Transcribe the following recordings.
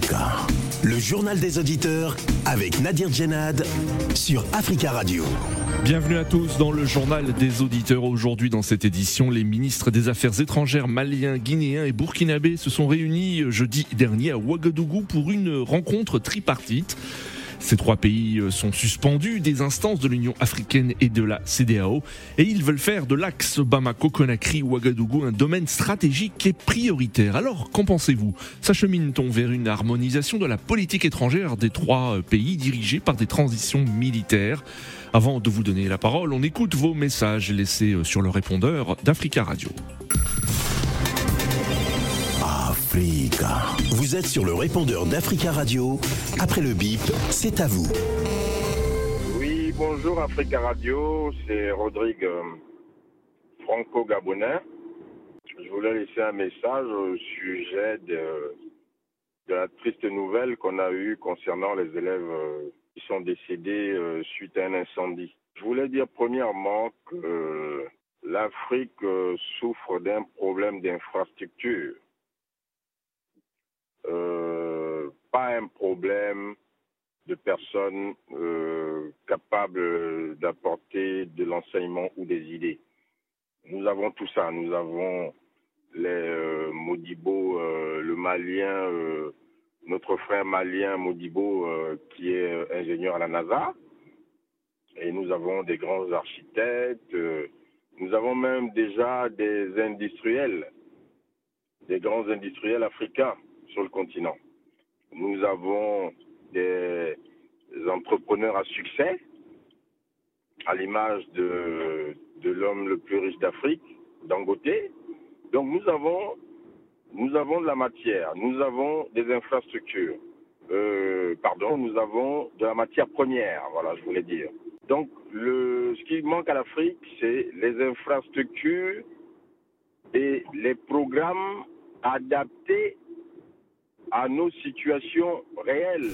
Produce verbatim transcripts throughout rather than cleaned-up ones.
Africa, le journal des auditeurs avec Nadir Djenad sur Africa Radio. Bienvenue à tous dans le journal des auditeurs. Aujourd'hui dans cette édition, les ministres des Affaires étrangères maliens, guinéens et burkinabés se sont réunis jeudi dernier à Ouagadougou pour une rencontre tripartite. Ces trois pays sont suspendus des instances de l'Union africaine et de la C D A O et ils veulent faire de l'axe Bamako-Conakry-Ouagadougou un domaine stratégique et prioritaire. Alors, qu'en pensez-vous ? S'achemine-t-on vers une harmonisation de la politique étrangère des trois pays dirigés par des transitions militaires ? Avant de vous donner la parole, on écoute vos messages laissés sur le répondeur d'Africa Radio. Africa. Vous êtes sur le répondeur d'Africa Radio. Après le bip, c'est à vous. Oui, bonjour Africa Radio, c'est Rodrigue euh, franco-gabonais. Je voulais laisser un message au sujet de, de la triste nouvelle qu'on a eue concernant les élèves euh, qui sont décédés euh, suite à un incendie. Je voulais dire premièrement que euh, l'Afrique euh, souffre d'un problème d'infrastructure. Euh, pas un problème de personnes euh, capables d'apporter de l'enseignement ou des idées. Nous avons tout ça. Nous avons les euh, Modibo, euh, le Malien, euh, notre frère malien Modibo euh, qui est euh, ingénieur à la NASA. Et nous avons des grands architectes. Euh, nous avons même déjà des industriels, des grands industriels africains sur le continent. Nous avons des entrepreneurs à succès, à l'image de, de l'homme le plus riche d'Afrique, Dangote. Donc nous avons, nous avons de la matière, nous avons des infrastructures, euh, pardon, nous avons de la matière première, voilà, je voulais dire. Donc le, ce qui manque à l'Afrique, c'est les infrastructures et les programmes adaptés à nos situations réelles.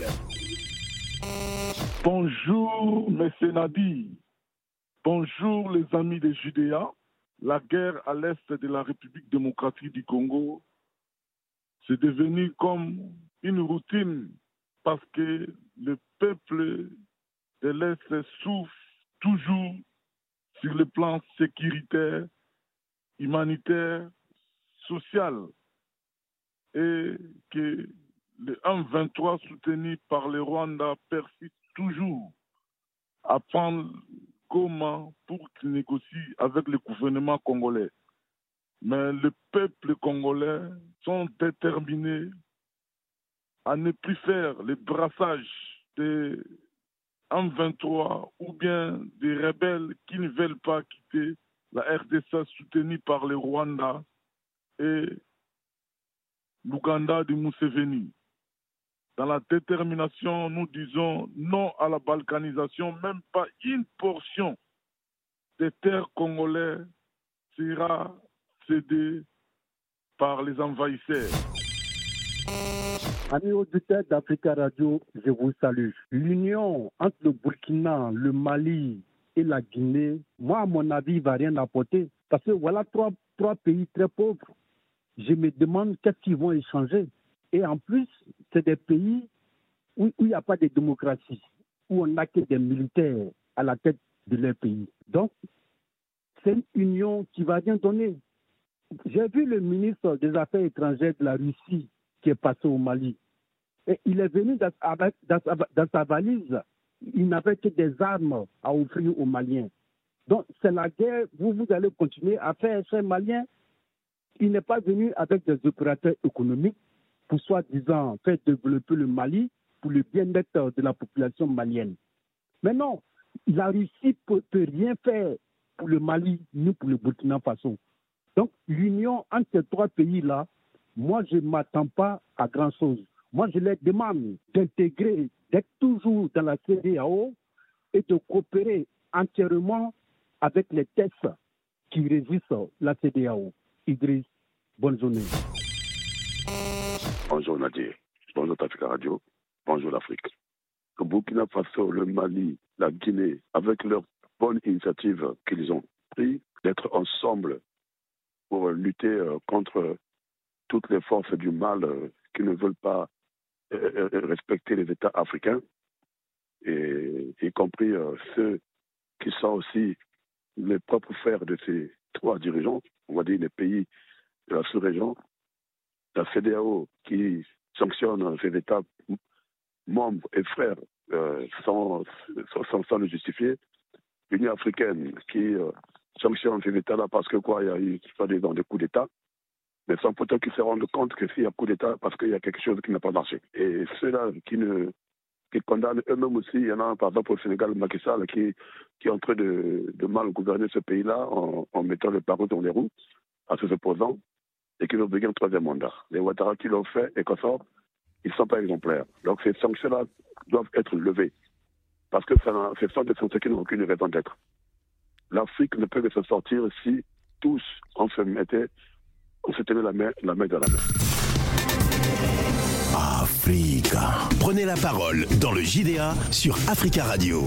Bonjour, messieurs Nadi. Bonjour, les amis de Judéa. La guerre à l'est de la République démocratique du Congo, c'est devenu comme une routine parce que le peuple de l'Est souffre toujours sur le plan sécuritaire, humanitaire, social. Et que le M vingt-trois soutenu par le Rwanda persiste toujours à prendre comment pour qu'il négocie avec le gouvernement congolais. Mais le peuple congolais sont déterminés à ne plus faire le brassage des M vingt-trois ou bien des rebelles qui ne veulent pas quitter la R D C soutenue par le Rwanda et l'Ouganda de Museveni. Dans la détermination, nous disons non à la balkanisation, même pas une portion des terres congolaises sera cédée par les envahisseurs. Amis auditeurs d'Africa Radio, je vous salue. L'union entre le Burkina, le Mali et la Guinée, moi, à mon avis, ne va rien apporter. Parce que voilà trois, trois pays très pauvres. Je me demande qu'est-ce qu'ils vont échanger. Et en plus, c'est des pays où il n'y a pas de démocratie, où on n'a que des militaires à la tête de leur pays. Donc, c'est une union qui ne va rien donner. J'ai vu le ministre des Affaires étrangères de la Russie qui est passé au Mali. Et il est venu dans, avec, dans, dans sa valise, il n'avait que des armes à offrir aux Maliens. Donc, c'est la guerre, vous, vous allez continuer à faire chez les Maliens. Il n'est pas venu avec des opérateurs économiques pour soi-disant faire développer le Mali pour le bien-être de la population malienne. Mais non, la Russie ne peut, peut rien faire pour le Mali ni pour le Burkina Faso. Donc l'union entre ces trois pays-là, moi je ne m'attends pas à grand-chose. Moi je leur demande d'intégrer, d'être toujours dans la C D A O et de coopérer entièrement avec les textes qui régissent la C D A O. Idriss, bonne journée. Bonjour Nadir, bonjour Africa Radio, bonjour l'Afrique. Le Burkina Faso, le Mali, la Guinée, avec leurs bonnes initiatives qu'ils ont prises, d'être ensemble pour lutter contre toutes les forces du mal qui ne veulent pas euh, respecter les États africains, et, y compris euh, ceux qui sont aussi les propres frères de ces trois dirigeants, on va dire les pays de la sous-région, la C D A O qui sanctionne ces États membres et frères euh, sans, sans, sans le justifier, l'Union africaine qui euh, sanctionne ces États-là parce que quoi, il y a eu soi-disant des coups d'État, mais sans pourtant qu'ils se rendent compte que s'il y a coup d'État, parce qu'il y a quelque chose qui n'a pas marché. Et ceux-là qui ne qui condamnent eux-mêmes aussi, il y en a par exemple au Sénégal, Macky Sall, qui, qui est en train de, de mal gouverner ce pays-là en, en mettant le barreau dans les roues à ses opposants et qui veut briguer un troisième mandat. Les Ouattara qui l'ont fait et qu'on sort, ils ne sont pas exemplaires. Donc ces sanctions-là doivent être levées parce que ça, ce sont des sanctions qui n'ont aucune raison d'être. L'Afrique ne peut que se sortir si tous on se mettait, on se tenait la main, la main dans la main. Africa. Prenez la parole dans le J D A sur Africa Radio.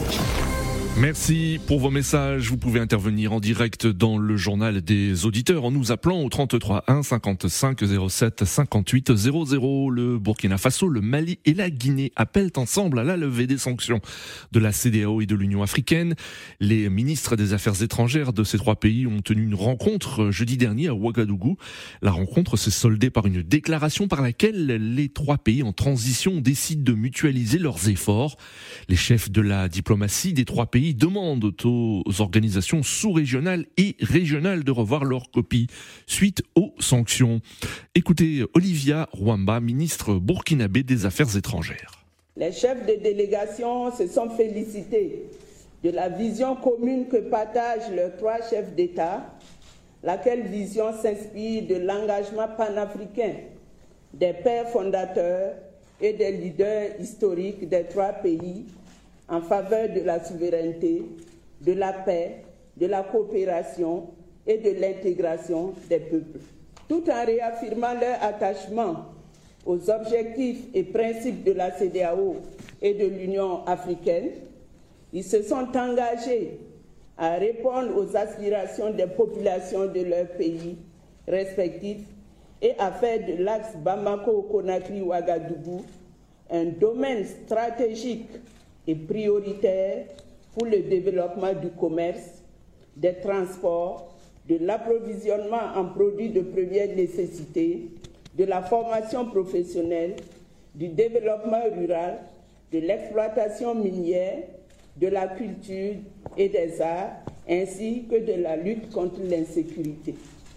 Merci pour vos messages. Vous pouvez intervenir en direct dans le journal des auditeurs en nous appelant au trente-trois un cinquante-cinq zéro sept cinquante-huit zéro zéro. Le Burkina Faso, le Mali et la Guinée appellent ensemble à la levée des sanctions de la C D A O et de l'Union africaine. Les ministres des Affaires étrangères de ces trois pays ont tenu une rencontre jeudi dernier à Ouagadougou. La rencontre s'est soldée par une déclaration par laquelle les trois pays en transition décident de mutualiser leurs efforts. Les chefs de la diplomatie des trois pays demandent aux organisations sous-régionales et régionales de revoir leurs copies suite aux sanctions. Écoutez Olivia Rwamba, ministre burkinabé des Affaires étrangères. Les chefs de délégation se sont félicités de la vision commune que partagent leurs trois chefs d'État, laquelle vision s'inspire de l'engagement panafricain des pères fondateurs et des leaders historiques des trois pays en faveur de la souveraineté, de la paix, de la coopération et de l'intégration des peuples. Tout en réaffirmant leur attachement aux objectifs et principes de la C D A O et de l'Union africaine, ils se sont engagés à répondre aux aspirations des populations de leurs pays respectifs et à faire de l'axe Bamako-Conakry-Ouagadougou un domaine stratégique et prioritaire pour le développement du commerce, des transports, de l'approvisionnement en produits de première nécessité, de la formation professionnelle, du développement rural, de l'exploitation minière, de la culture et des arts, ainsi que de la lutte contre l'insécurité.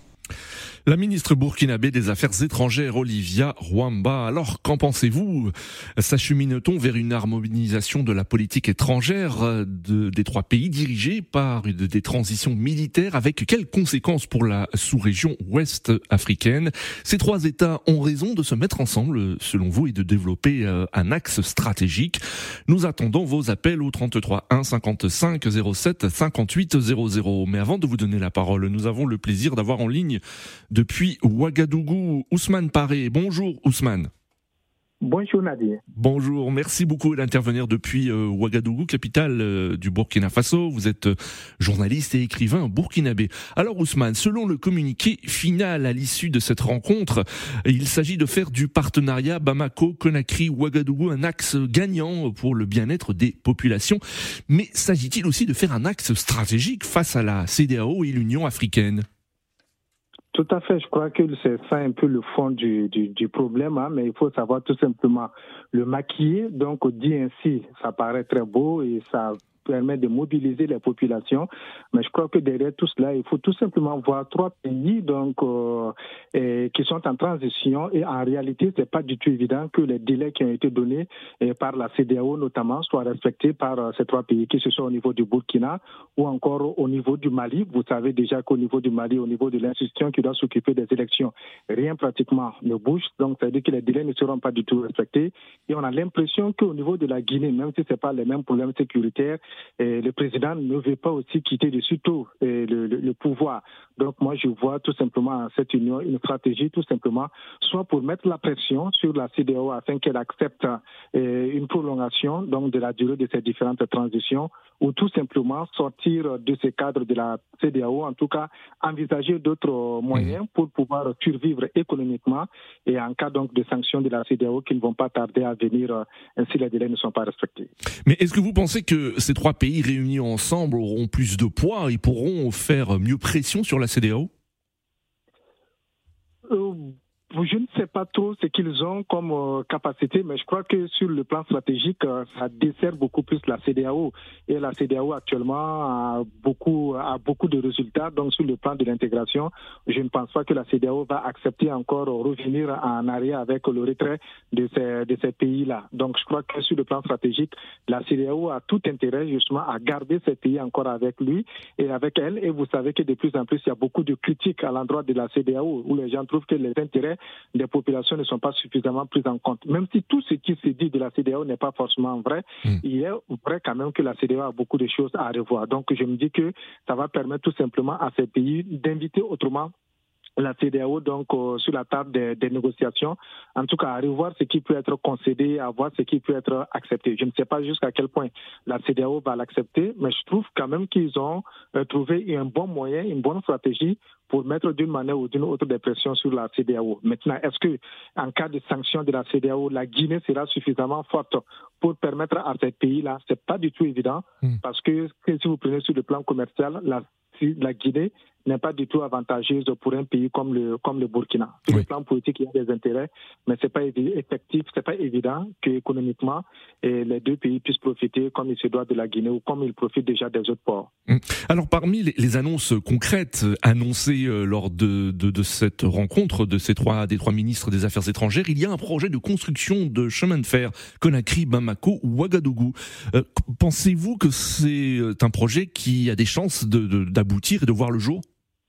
La ministre burkinabé des Affaires étrangères, Olivia Rwamba. Alors, qu'en pensez-vous ? S'achemine-t-on vers une harmonisation de la politique étrangère de, des trois pays dirigés par une, des transitions militaires avec quelles conséquences pour la sous-région ouest africaine ? Ces trois États ont raison de se mettre ensemble, selon vous, et de développer euh, un axe stratégique. Nous attendons vos appels au trente-trois un cinquante-cinq zéro sept cinquante-huit zéro zéro. Mais avant de vous donner la parole, nous avons le plaisir d'avoir en ligne depuis Ouagadougou, Ousmane Paré. Bonjour Ousmane. Bonjour Nadir. Bonjour, merci beaucoup d'intervenir depuis euh, Ouagadougou, capitale euh, du Burkina Faso. Vous êtes euh, journaliste et écrivain burkinabé. Alors Ousmane, selon le communiqué final à l'issue de cette rencontre, il s'agit de faire du partenariat Bamako-Conakry-Ouagadougou un axe gagnant pour le bien-être des populations. Mais s'agit-il aussi de faire un axe stratégique face à la C D A O et l'Union africaine ? Tout à fait, je crois que c'est ça un peu le fond du, du, du problème, hein, mais il faut savoir tout simplement le maquiller. Donc, dit ainsi, ça paraît très beau et ça permet de mobiliser les populations. Mais je crois que derrière tout cela, il faut tout simplement voir trois pays donc euh, et, qui sont en transition et en réalité, c'est pas du tout évident que les délais qui ont été donnés et par la C D A O notamment soient respectés par euh, ces trois pays, que ce soit au niveau du Burkina ou encore au niveau du Mali. Vous savez déjà qu'au niveau du Mali, au niveau de l'institution qui doit s'occuper des élections, rien pratiquement ne bouge. Donc, ça veut dire que les délais ne seront pas du tout respectés. Et on a l'impression qu'au niveau de la Guinée, même si c'est pas les mêmes problèmes sécuritaires, et le président ne veut pas aussi quitter de sitôt le, le, le pouvoir. Donc moi, je vois tout simplement cette union, une stratégie tout simplement, soit pour mettre la pression sur la C E D E A O afin qu'elle accepte euh, une prolongation donc de la durée de ces différentes transitions, ou tout simplement sortir de ce cadre de la C E D E A O, en tout cas envisager d'autres moyens pour pouvoir survivre économiquement et en cas donc de sanctions de la C E D E A O qui ne vont pas tarder à venir euh, si les délais ne sont pas respectés. Mais est-ce que vous pensez que ces trois pays réunis ensemble auront plus de poids et pourront faire mieux pression sur la C E D E A O ? euh... Je ne sais pas trop ce qu'ils ont comme euh, capacité, mais je crois que sur le plan stratégique, euh, ça dessert beaucoup plus la C E D E A O. Et la C E D E A O actuellement a beaucoup, a beaucoup de résultats. Donc sur le plan de l'intégration, je ne pense pas que la C E D E A O va accepter encore revenir en arrière avec le retrait de ces, de ces pays-là. Donc je crois que sur le plan stratégique, la C E D E A O a tout intérêt justement à garder ces pays encore avec lui et avec elle. Et vous savez que de plus en plus, il y a beaucoup de critiques à l'endroit de la C E D E A O où les gens trouvent que les intérêts des populations ne sont pas suffisamment prises en compte. Même si tout ce qui se dit de la C E D E A O n'est pas forcément vrai, mmh. il est vrai quand même que la C E D E A O a beaucoup de choses à revoir. Donc je me dis que ça va permettre tout simplement à ces pays d'inviter autrement la C E D E A O donc euh, sur la table des, des négociations, en tout cas à revoir ce qui peut être concédé, à voir ce qui peut être accepté. Je ne sais pas jusqu'à quel point la C E D E A O va l'accepter, mais je trouve quand même qu'ils ont euh, trouvé un bon moyen, une bonne stratégie pour mettre d'une manière ou d'une autre des pressions sur la C E D E A O. Maintenant, est-ce que en cas de sanction de la C E D E A O, la Guinée sera suffisamment forte pour permettre à ces pays-là? C'est pas du tout évident, mmh. parce que si vous prenez sur le plan commercial, la, la Guinée n'est pas du tout avantageuse pour un pays comme le comme le Burkina. Sur oui. le plan politique, il y a des intérêts, mais c'est pas effectif, c'est pas évident que économiquement et les deux pays puissent profiter comme il se doit de la Guinée ou comme ils profitent déjà des autres ports. Alors parmi les, les annonces concrètes annoncées lors de, de de cette rencontre de ces trois des trois ministres des Affaires étrangères, il y a un projet de construction de chemin de fer Conakry, Bamako ou Ouagadougou. Euh, pensez-vous que c'est un projet qui a des chances de, de, d'aboutir et de voir le jour?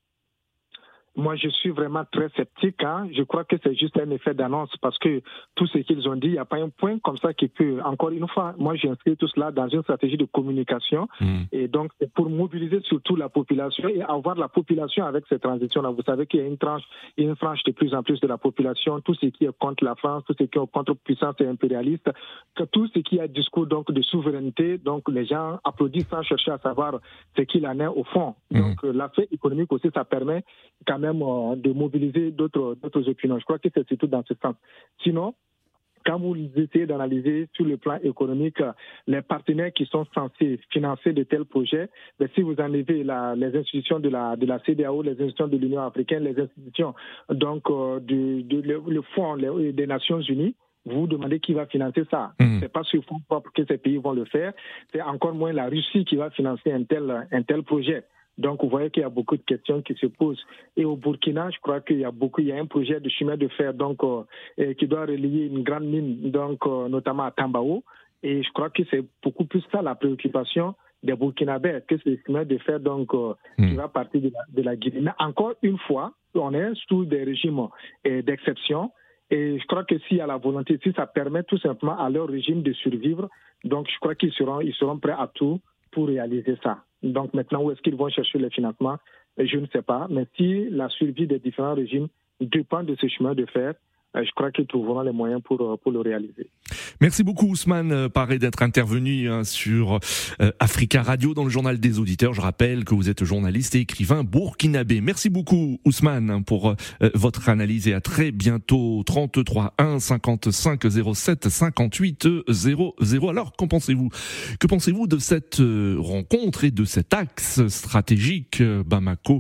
Moi, je suis vraiment très sceptique. Hein. Je crois que c'est juste un effet d'annonce parce que tout ce qu'ils ont dit, il n'y a pas un point comme ça qui peut, encore une fois, moi j'ai inscrit tout cela dans une stratégie de communication mmh. et donc c'est pour mobiliser surtout la population et avoir la population avec ces transitions-là. Vous savez qu'il y a une tranche, une frange de plus en plus de la population, tout ce qui est contre la France, tout ce qui est contre puissance et impérialiste, que tout ce qui est discours donc de souveraineté, donc les gens applaudissent sans chercher à savoir ce qu'il en est au fond. Mmh. Donc l'aspect économique aussi, ça permet quand même de mobiliser d'autres, d'autres opinions. Je crois que c'est surtout dans ce sens. Sinon, quand vous essayez d'analyser sur le plan économique les partenaires qui sont censés financer de tels projets, ben si vous enlevez la, les institutions de la, de la C E D E A O, les institutions de l'Union africaine, les institutions donc euh, du, de, le, le fonds les, des Nations Unies, vous vous demandez qui va financer ça. Mmh. C'est pas sur fonds propres que ces pays vont le faire. C'est encore moins la Russie qui va financer un tel, un tel projet. Donc, vous voyez qu'il y a beaucoup de questions qui se posent. Et au Burkina, je crois qu'il y a beaucoup, il y a un projet de chemin de fer, donc, euh, qui doit relier une grande mine, donc, euh, notamment à Tambao. Et je crois que c'est beaucoup plus ça la préoccupation des Burkinabés, que ce chemin de fer, donc, euh, mmh. qui va partir de la, de la Guinée. Mais encore une fois, on est sous des régimes euh, d'exception. Et je crois que s'il y a la volonté, si ça permet tout simplement à leur régime de survivre, donc, je crois qu'ils seront, ils seront prêts à tout pour réaliser ça. Donc maintenant, où est-ce qu'ils vont chercher les financements? Je ne sais pas. Mais si la survie des différents régimes dépend de ce chemin de fer, je crois qu'ils trouveront les moyens pour, pour le réaliser. Merci beaucoup Ousmane Paré d'être intervenu hein, sur euh, Africa Radio dans le journal des auditeurs. Je rappelle que vous êtes journaliste et écrivain burkinabé. Merci beaucoup Ousmane pour euh, votre analyse et à très bientôt. Trente-trois un cinquante-cinq zéro sept cinquante-huit zéro zéro. Alors qu'en pensez-vous? Que pensez-vous de cette euh, rencontre et de cet axe stratégique euh, Bamako,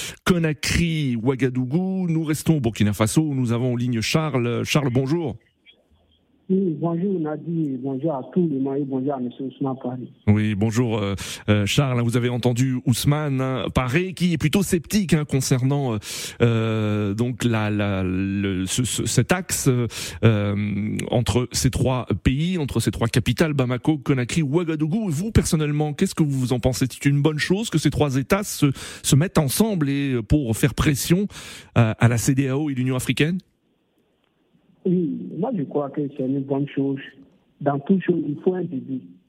Conakry, Ouagadougou? Nous restons au Burkina Faso où nous avons en ligne Charles. Charles, Charles, bonjour. Oui, bonjour Nadi, bonjour à tous les maris, bonjour à M. Ousmane Paré. Oui, bonjour euh, euh, Charles, vous avez entendu Ousmane hein, Paré qui est plutôt sceptique hein, concernant euh, donc la, la, le, ce, ce, cet axe euh, entre ces trois pays, entre ces trois capitales, Bamako, Conakry, Ouagadougou. Vous, personnellement, qu'est-ce que vous en pensez? C'est une bonne chose que ces trois États se, se mettent ensemble et pour faire pression à, à la C E D E A O et l'Union africaine? Oui, moi je crois que c'est une bonne chose. Dans toute chose, il faut un début.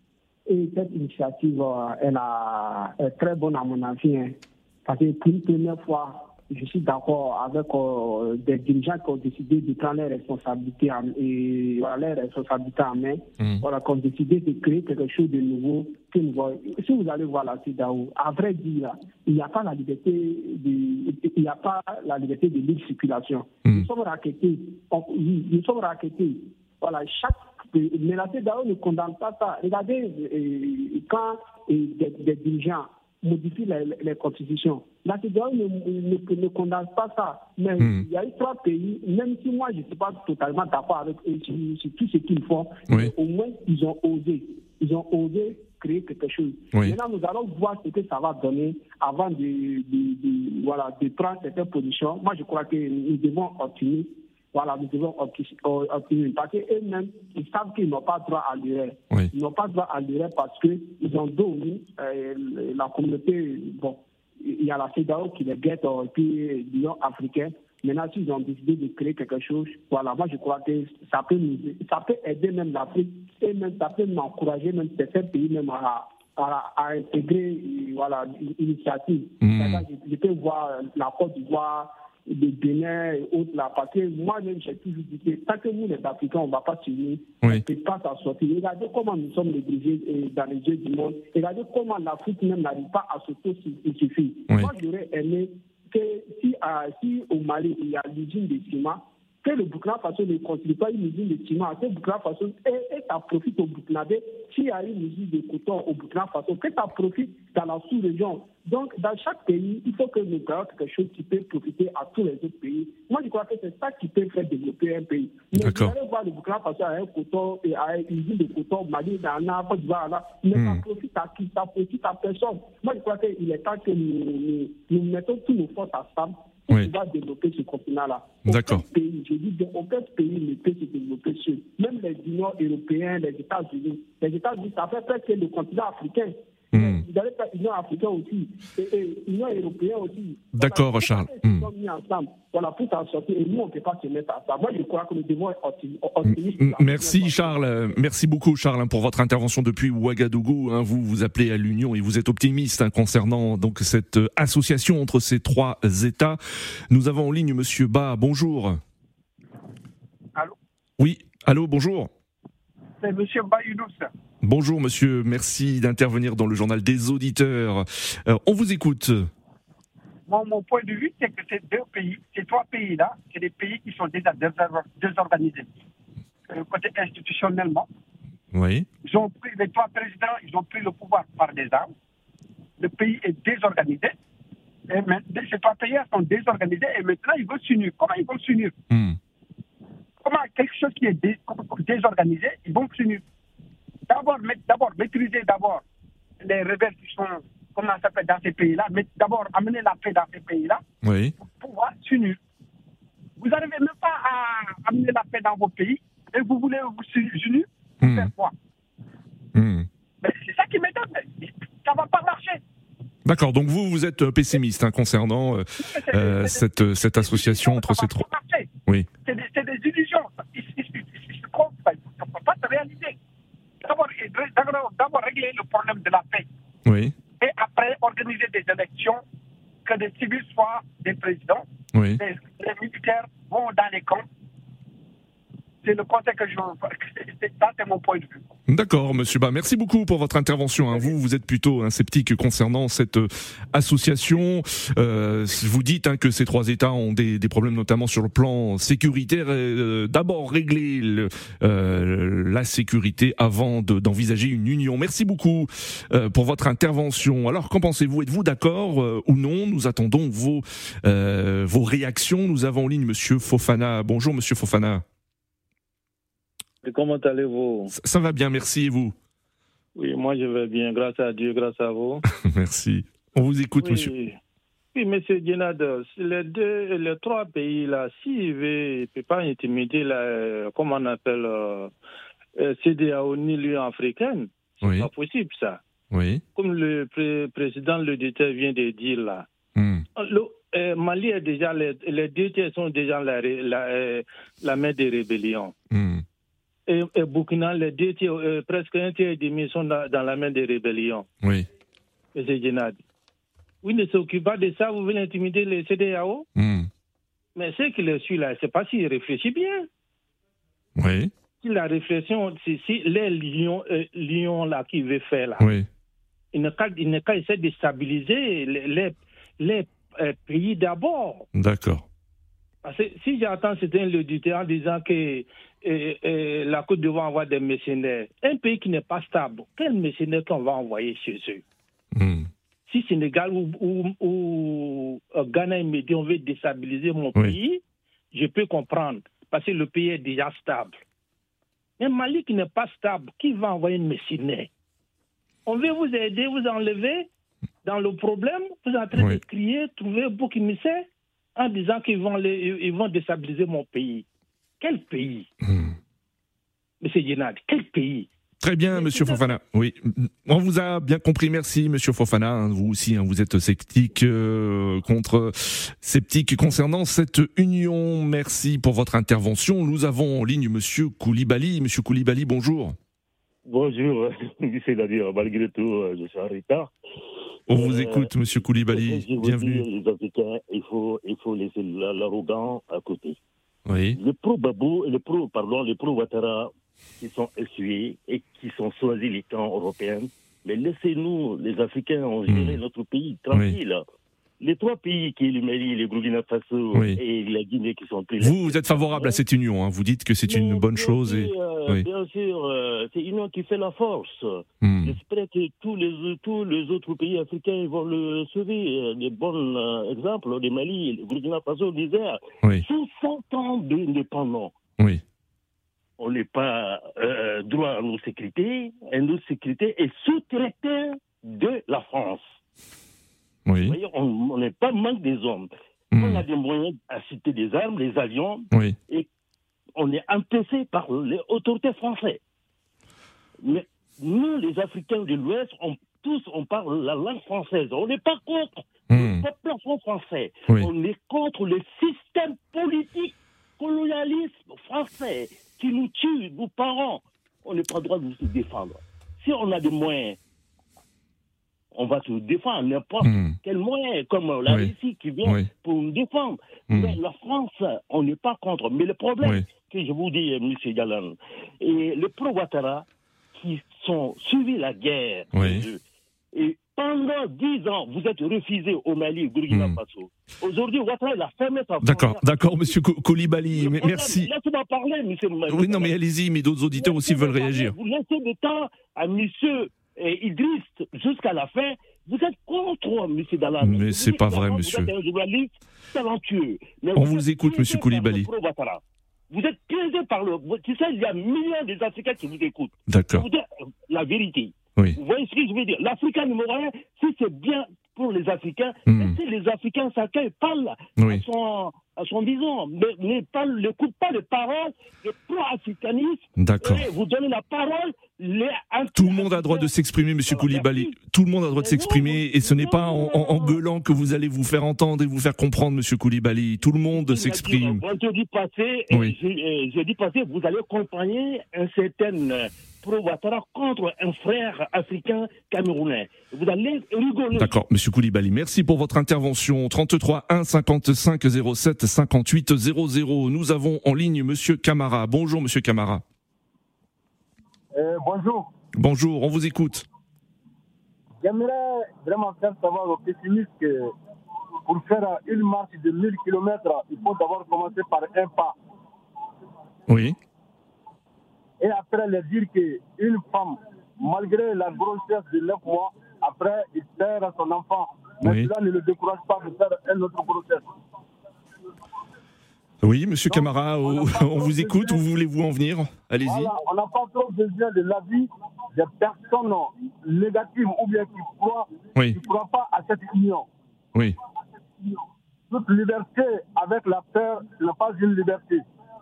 Et cette initiative, elle, a, elle est très bonne à mon avis. Hein, parce que pour une première fois, je suis d'accord avec euh, des dirigeants qui ont décidé de prendre leurs responsabilités en, et voilà, leurs responsabilités en main. Mmh. Voilà, qui ont décidé de créer quelque chose de nouveau. Que nous voyons. Si vous allez voir la CEDEAO, à vrai dire, il n'y a pas la liberté de, il n'y a pas la liberté de libre circulation. Mmh. Nous sommes raquettés. Oui, nous sommes raquettés. Voilà, chaque mais la CEDEAO ne condamne pas ça. Regardez, euh, quand euh, des, des dirigeants modifient les, les constitutions, la CEDEAO ne, ne, ne condamne pas ça. Mais mm. il y a eu trois pays, même si moi je ne suis pas totalement d'accord avec eux sur, sur tout ce qu'ils font, oui. au moins ils ont osé. Ils ont osé créer quelque chose. Oui. Maintenant, nous allons voir ce que ça va donner avant de, de, de, voilà, de prendre certaines positions. Moi, je crois que nous devons optimiser. Voilà, nous devons optimiser. Parce qu'eux-mêmes, ils savent qu'ils n'ont pas droit à l'erreur. Oui. Ils n'ont pas droit à l'erreur parce qu'ils ont donné euh, la communauté. Bon, il y a la CEDEAO qui les guette, et puis l'Union africaine. Maintenant, s'ils ont décidé de créer quelque chose, voilà, moi je crois que ça peut, nous, ça peut aider même l'Afrique et même ça peut m'encourager même certains pays même à, à, à intégrer voilà, l'initiative. Mmh. Je, je peux voir la Côte d'Ivoire, de Bénin et autres là, parce que moi-même j'ai toujours dit que tant que nous les Africains on ne va pas s'unir, oui. on ne peut pas s'en sortir. Regardez comment nous sommes négligés dans les yeux du monde. Regardez comment l'Afrique même n'arrive pas à s'auto-suffire. Oui. Moi j'aurais aimé que si, à, si au Mali il y a l'usine de ciment, que le Burkina Faso ne construit pas une usine de ciment, que le Burkina Faso et, et ça profite au Burkinabé. S'il y a une usine de coton au Burkina Faso, que ça profite dans la sous-région. Donc, dans chaque pays, il faut que nous ayons quelque chose qui peut profiter à tous les autres pays. Moi, je crois que c'est ça qui peut faire développer un pays. Mais vous allez voir le Burkina Faso à un coton, et à une usine de coton au Mali, dans la Côte d'Ivoire, là, mais mm. ça profite à qui? Ça profite à personne. Moi, je crois qu'il est temps que nous, nous, nous mettons tous nos forces ensemble. Oui. On va développer ce continent-là. Aucun pays, je dis bien, aucun pays ne peut se développer seul. Même les Unions européennes, les États-Unis. Les États-Unis, ça fait presque le continent africain. Mmh. Vous avez l'Union africaine aussi, et l'Union européenne aussi. D'accord, voilà, Charles. Ils sont mis ensemble. Voilà, pour s'en sortir. Et nous, on ne peut pas se mettre à ça. Moi, je crois que nous devons être optimistes. Mmh. Merci, Charles. Merci beaucoup, Charles, pour votre intervention depuis Ouagadougou. Vous vous appelez à l'Union et vous êtes optimiste hein, concernant donc cette association entre ces trois États. Nous avons en ligne Monsieur Ba. Bonjour. Allô. Oui. Allô. Bonjour. C'est Monsieur Ba Younous. Bonjour monsieur, merci d'intervenir dans le journal des auditeurs. Euh, on vous écoute. Bon, mon point de vue, c'est que ces deux pays, ces trois pays-là, c'est des pays qui sont déjà désorganisés. Euh, côté institutionnellement, oui. Ils ont pris, les trois présidents, ils ont pris le pouvoir par des armes. Le pays est désorganisé. Et maintenant, ces trois pays sont désorganisés et maintenant ils veulent s'unir. Comment ils vont s'unir hmm. Comment quelque chose qui est dé, désorganisé, ils vont s'unir. D'abord, d'abord, maîtriser d'abord les rebelles qui sont, comment ça s'appelle, dans ces pays-là, mais d'abord amener la paix dans ces pays-là oui. pour pouvoir s'unir. Vous n'arrivez même pas à amener la paix dans vos pays et vous voulez vous unir pour mmh. faire quoi mmh. Mais c'est ça qui m'étonne, ça ne va pas marcher. D'accord, donc vous, vous êtes pessimiste hein, concernant euh, c'est, euh, c'est, cette, c'est, cette association entre ces trois. Oui. C'est des, c'est des illusions, ils se trompent, ça ne peut pas se réaliser. D'abord, d'abord, d'abord régler le problème de la paix. Oui. Et après, organiser des élections, que des civils soient des présidents. Oui. Les, les militaires vont dans les camps. C'est le conseil que je... Ça, c'est mon point de vue. D'accord, monsieur Ba. Merci beaucoup pour votre intervention. Hein. Vous, vous êtes plutôt un sceptique concernant cette euh, association. Euh, vous dites hein, que ces trois États ont des, des problèmes, notamment sur le plan sécuritaire. Euh, d'abord, régler le, euh, la sécurité avant de, d'envisager une union. Merci beaucoup euh, pour votre intervention. Alors, qu'en pensez-vous ? Êtes-vous d'accord euh, ou non ? Nous attendons vos, euh, vos réactions. Nous avons en ligne monsieur Fofana. Bonjour, monsieur Fofana. Comment allez-vous ? Ça va bien, merci, et vous ? Oui, moi je vais bien, grâce à Dieu, grâce à vous. Merci. On vous écoute, oui. monsieur. Oui, monsieur Djenad, les deux, les trois pays-là, s'ils ne peuvent pas intimider, la, comment on appelle, euh, CEDEAO ni l'Union africaine, c'est oui. pas possible ça. Oui. Comme le pré- président le député vient de dire là. Mm. Le, euh, Mali est déjà, les, les deux tiers sont déjà la, la, la main des rébellions. Mm. et, et Burkina, les deux tiers, euh, presque un tiers et demi sont dans, dans la main des rébellions. Oui. M. Djenad. Vous ne s'occupez pas de ça, vous voulez intimider les C D A O? mm. Mais ce qu'il est su là, je ne sais pas s'il réfléchit bien. Oui. Si la réflexion, si, si les lions, euh, lions là qui veut faire là, oui. il n'est qu'à, il n'est qu'à essayer de stabiliser les, les, les euh, pays d'abord. D'accord. Parce que si j'entends certains le dire en disant que euh, euh, la Côte d'Ivoire envoie des mercenaires, un pays qui n'est pas stable, quel mercenaire qu'on va envoyer chez eux? mm. Si Sénégal ou, ou, ou euh, Ghana me dit on veut déstabiliser mon oui. pays, je peux comprendre, parce que le pays est déjà stable. Mais Mali qui n'est pas stable, qui va envoyer une mercenaire? On veut vous aider, vous enlever dans le problème, vous êtes en train oui. de crier, trouver un bouc émissaire en disant qu'ils vont, les, ils vont déstabiliser mon pays. Quel pays? mmh. Monsieur Djenad, quel pays? Très bien, Monsieur Fofana. Oui, on vous a bien compris. Merci, Monsieur Fofana. Vous aussi, hein, vous êtes sceptique euh, contre sceptique concernant cette union. Merci pour votre intervention. Nous avons en ligne Monsieur Koulibaly. Monsieur Koulibaly, bonjour. Bonjour. C'est-à-dire, malgré tout, je suis en retard. On vous écoute, euh, Monsieur Koulibaly. Bienvenue. Dis, les Africains, il faut, il faut laisser l'arrogant à côté. Oui. Les pro-Babou et les pro, pardon, les pro-Ouattara qui sont essuyés et qui sont choisis les camps européens. Mais laissez-nous, les Africains, en gérer mmh. notre pays tranquille. Oui. Les trois pays qui est le Mali, le Burkina Faso oui. et la Guinée qui sont plus... Vous, vous êtes favorable à cette union, hein. Vous dites que c'est une bonne chose. Et... Euh, oui. Bien sûr, euh, c'est une union qui fait la force. Mmh. J'espère que tous les, tous les autres pays africains vont le suivre. Des bons euh, exemples, le Mali, le Burkina Faso, le Niger. Oui. soixante ans d'indépendance. Oui. On n'est pas euh, droit à nos sécurités, et nos sécurités est sous-traité de la France. Oui. Vous voyez, on n'est pas manque des hommes. Mmh. On a des moyens à citer des armes, les avions, oui. et on est empêché par les autorités françaises. Mais nous, les Africains de l'Ouest, on, tous, on parle la langue française. On n'est pas contre mmh. le peuple français. Oui. On est contre le système politique colonialiste français qui nous tue, nos parents. On n'a pas le droit de nous défendre. Si on a des moyens, on va se défendre, n'importe mmh. quel moyen, comme la oui. Russie qui vient oui. pour nous défendre. Mmh. Mais la France, on n'est pas contre. Mais le problème, oui. que je vous dis, M. Galan, et les pro-Ouattara qui sont suivis la guerre, oui. et pendant dix ans, vous êtes refusé au Mali, au Burkina Faso. Mmh. Aujourd'hui, Ouattara, il a fermé sa frontière. D'accord, d'accord, M. Koulibaly, mais merci. Laissez-moi parler, M. Oui, non, mais allez-y, mais d'autres auditeurs aussi veulent réagir. Vous laissez le temps à M. Et Idriss, jusqu'à la fin, vous êtes contre M. Dalan. Mais c'est pas vrai, monsieur. Vous êtes un journaliste talentueux. On vous écoute, M. Koulibaly. Vous êtes piégé par le... Tu sais, il y a millions des Africains qui vous écoutent. D'accord. Je vous dis la vérité. Oui. Vous voyez ce que je veux dire? L'Africain numéro un, si c'est bien pour les Africains, mmh. laissez les Africains chacun parle oui. à son... à son disant, mais, mais pas, ne coupe pas les paroles, le pro-africanisme. D'accord. Vous donnez la parole. Les Tout le monde a droit de s'exprimer, M. Koulibaly. Tout le monde a droit de s'exprimer, et ce n'est pas en, en, en gueulant que vous allez vous faire entendre et vous faire comprendre, M. Koulibaly. Tout le monde s'exprime. Vendredi passé, oui. jeudi passé, vous allez accompagner un certain pro-Ouattara contre un frère africain camerounais. Vous allez rigoler. D'accord, M. Koulibaly, merci pour votre intervention. trente-trois un cinquante-cinq zéro sept cinquante-huit zéro zéro. Nous avons en ligne M. Camara. Bonjour, M. Camara. Euh, bonjour. Bonjour, on vous écoute. J'aimerais vraiment faire savoir aux pessimistes que pour faire une marche de mille kilomètres, il faut d'abord commencer par un pas. Oui. Et après, leur dire qu'une femme, malgré la grossesse de neuf mois, après, il perd son enfant. Mais oui. Cela ne le décourage pas de faire une autre grossesse. Oui, Monsieur Donc, Camara, on, on vous écoute, où voulez-vous en venir? Allez-y. Voilà, on n'a pas trop besoin de l'avis des personnes négatives ou bien qui ne croient, oui. croient pas à cette union. Oui. Toute liberté avec la peur n'est pas une liberté.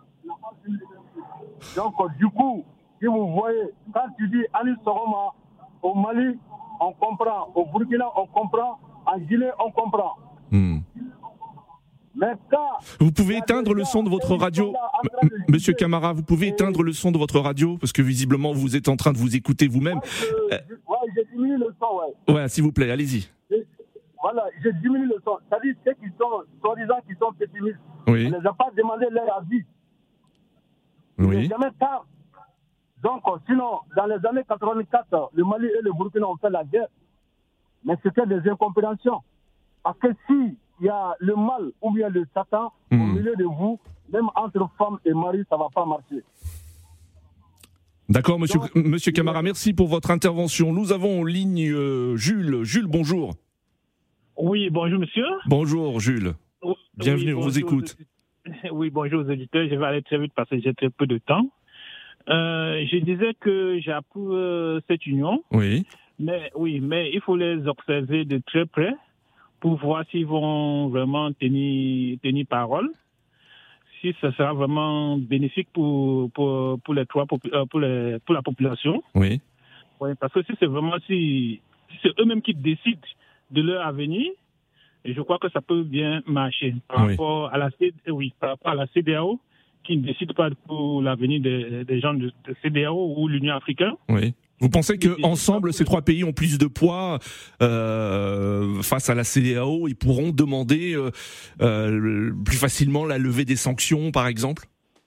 Donc, du coup, si vous voyez, quand tu dis Anis Soroma, au Mali, on comprend. Au Burkina, on comprend. En Guinée, on comprend. Hmm. Mais quand vous pouvez éteindre le son de votre radio, M- Monsieur Camara, vous pouvez éteindre le son de votre radio, parce que visiblement vous êtes en train de vous écouter vous-même. Ouais, euh, ouais j'ai diminué le son, ouais. Ouais, s'il vous plaît, allez-y. J'ai, voilà, j'ai diminué le son. C'est-à-dire ceux qui sont, soi-disant, qui sont pessimistes, oui. on ne les a pas demandé leur avis. Oui. Il n'est jamais tard. Donc, sinon, dans les années quatre-vingt-quatre, le Mali et le Burkina ont fait la guerre. Mais c'était des incompréhensions. Parce que si il y a le mal ou bien le Satan mmh. au milieu de vous, même entre femmes et mari, ça ne va pas marcher. D'accord, monsieur, Donc, monsieur Camara, merci pour votre intervention. Nous avons en ligne euh, Jules. Jules, bonjour. Oui, bonjour monsieur. Bonjour Jules. Oh, bienvenue, oui, on vous écoute. Oui, bonjour aux auditeurs. Je vais aller très vite parce que j'ai très peu de temps. Euh, je disais que j'approuve euh, cette union. Oui. Mais oui, mais il faut les observer de très près pour voir s'ils vont vraiment tenir, tenir parole, si ça sera vraiment bénéfique pour, pour, pour, les trois, pour, les, pour la population. Oui. Oui, parce que si c'est vraiment si, si c'est eux-mêmes qui décident de leur avenir, et je crois que ça peut bien marcher par, oui. rapport, à la, oui, par rapport à la C D A O, qui ne décide pas pour l'avenir des, des gens de, de C D A O ou l'Union africaine. Oui. Vous pensez qu'ensemble, ces trois pays ont plus de poids euh, face à la C D A O et pourront demander euh, euh, plus facilement la levée des sanctions, par exemple ?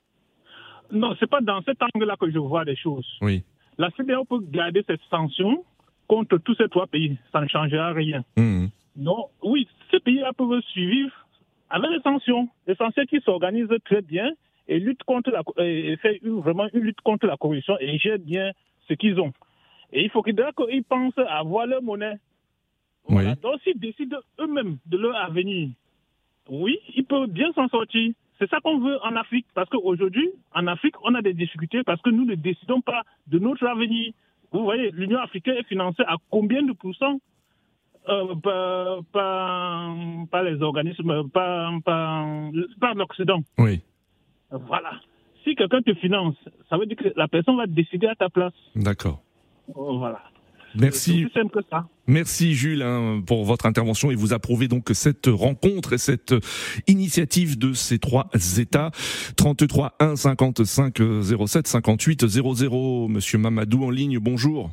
Non, c'est pas dans cet angle-là que je vois les choses. Oui. La C D A O peut garder cette sanction contre tous ces trois pays. Ça ne changera rien. Mmh. Non, oui, ces pays-là peuvent suivre avec les sanctions. Les sanctions qui s'organisent très bien et luttent contre la, et fait vraiment une lutte contre la corruption et gèrent bien ce qu'ils ont. Et il faut qu'ils pensent à avoir leur monnaie. Voilà. Oui. Donc, s'ils décident eux-mêmes de leur avenir, oui, ils peuvent bien s'en sortir. C'est ça qu'on veut en Afrique. Parce qu'aujourd'hui, en Afrique, on a des difficultés parce que nous ne décidons pas de notre avenir. Vous voyez, l'Union africaine est financée à combien de pourcents euh, par, par, par les organismes, par, par, par l'Occident. Oui. Voilà. Si quelqu'un te finance, ça veut dire que la personne va décider à ta place. D'accord. Oh, voilà. Merci. C'est aussi simple que ça. Merci Jules hein, pour votre intervention et vous approuvez donc cette rencontre et cette initiative de ces trois États. trente-trois un cinquante-cinq zéro sept cinquante-huit zéro zéro. Monsieur Mamadou en ligne, bonjour.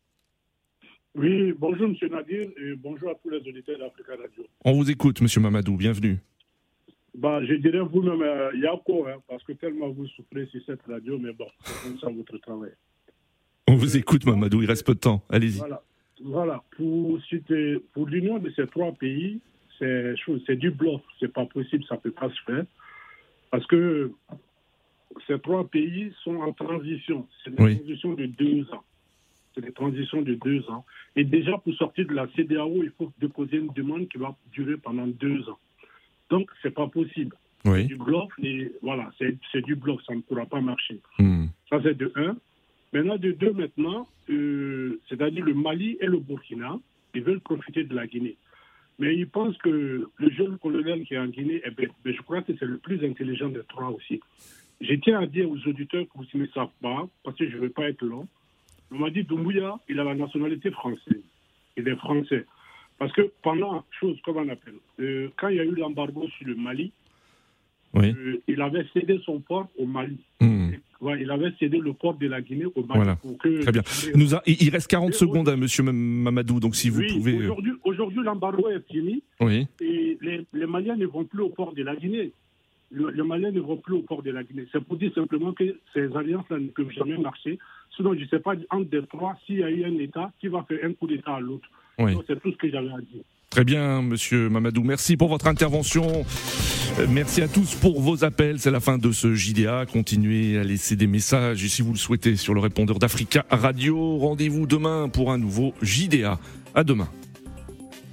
Oui, bonjour Monsieur Nadir et bonjour à tous les auditeurs d'Africa Radio. On vous écoute Monsieur Mamadou, bienvenue. Bah, je dirais vous-même, euh, Yako, hein, parce que tellement vous souffrez sur cette radio, mais bon, c'est comme ça votre travail. On vous écoute, Mamadou, il reste peu de temps. Allez-y. Voilà. Voilà. Pour, citer, pour l'union de ces trois pays, c'est, c'est du bluff. C'est pas possible, ça ne peut pas se faire. Parce que ces trois pays sont en transition. C'est des oui. transitions de deux ans. C'est des transitions de deux ans. Et déjà, pour sortir de la C D A O, il faut déposer une demande qui va durer pendant deux ans. Donc, ce n'est pas possible. Oui. C'est du bluff. Et, voilà, c'est, c'est du bluff. Ça ne pourra pas marcher. Mm. Ça, c'est de un. Maintenant, de deux, maintenant, euh, c'est-à-dire le Mali et le Burkina, ils veulent profiter de la Guinée. Mais ils pensent que le jeune colonel qui est en Guinée est bête. Mais je crois que c'est le plus intelligent des trois aussi. Je tiens à dire aux auditeurs que vous ne savent pas, parce que je ne vais pas être long. On m'a dit Doumbouya, il a la nationalité française. Il est français. Parce que pendant, chose, comment on appelle, euh, quand il y a eu l'embargo sur le Mali, oui. euh, il avait cédé son port au Mali. Mmh. Ouais, il avait cédé le port de la Guinée au Mali. Voilà. Pour que... Très bien. Nous a... Il reste quarante secondes à Monsieur Mamadou, donc si vous oui, pouvez... Aujourd'hui, aujourd'hui, l'embargo est fini. Oui. Et les, les Maliens ne vont plus au port de la Guinée. Le, les Maliens ne vont plus au port de la Guinée. C'est pour dire simplement que ces alliances-là ne peuvent jamais marcher. Sinon, je ne sais pas, entre les trois, s'il y a eu un État, qui va faire un coup d'État à l'autre. Oui. Donc, c'est tout ce que j'avais à dire. Très bien, Monsieur Mamadou. Merci pour votre intervention. Merci à tous pour vos appels. C'est la fin de ce J D A. Continuez à laisser des messages si vous le souhaitez sur le répondeur d'Africa Radio. Rendez-vous demain pour un nouveau J D A. À demain.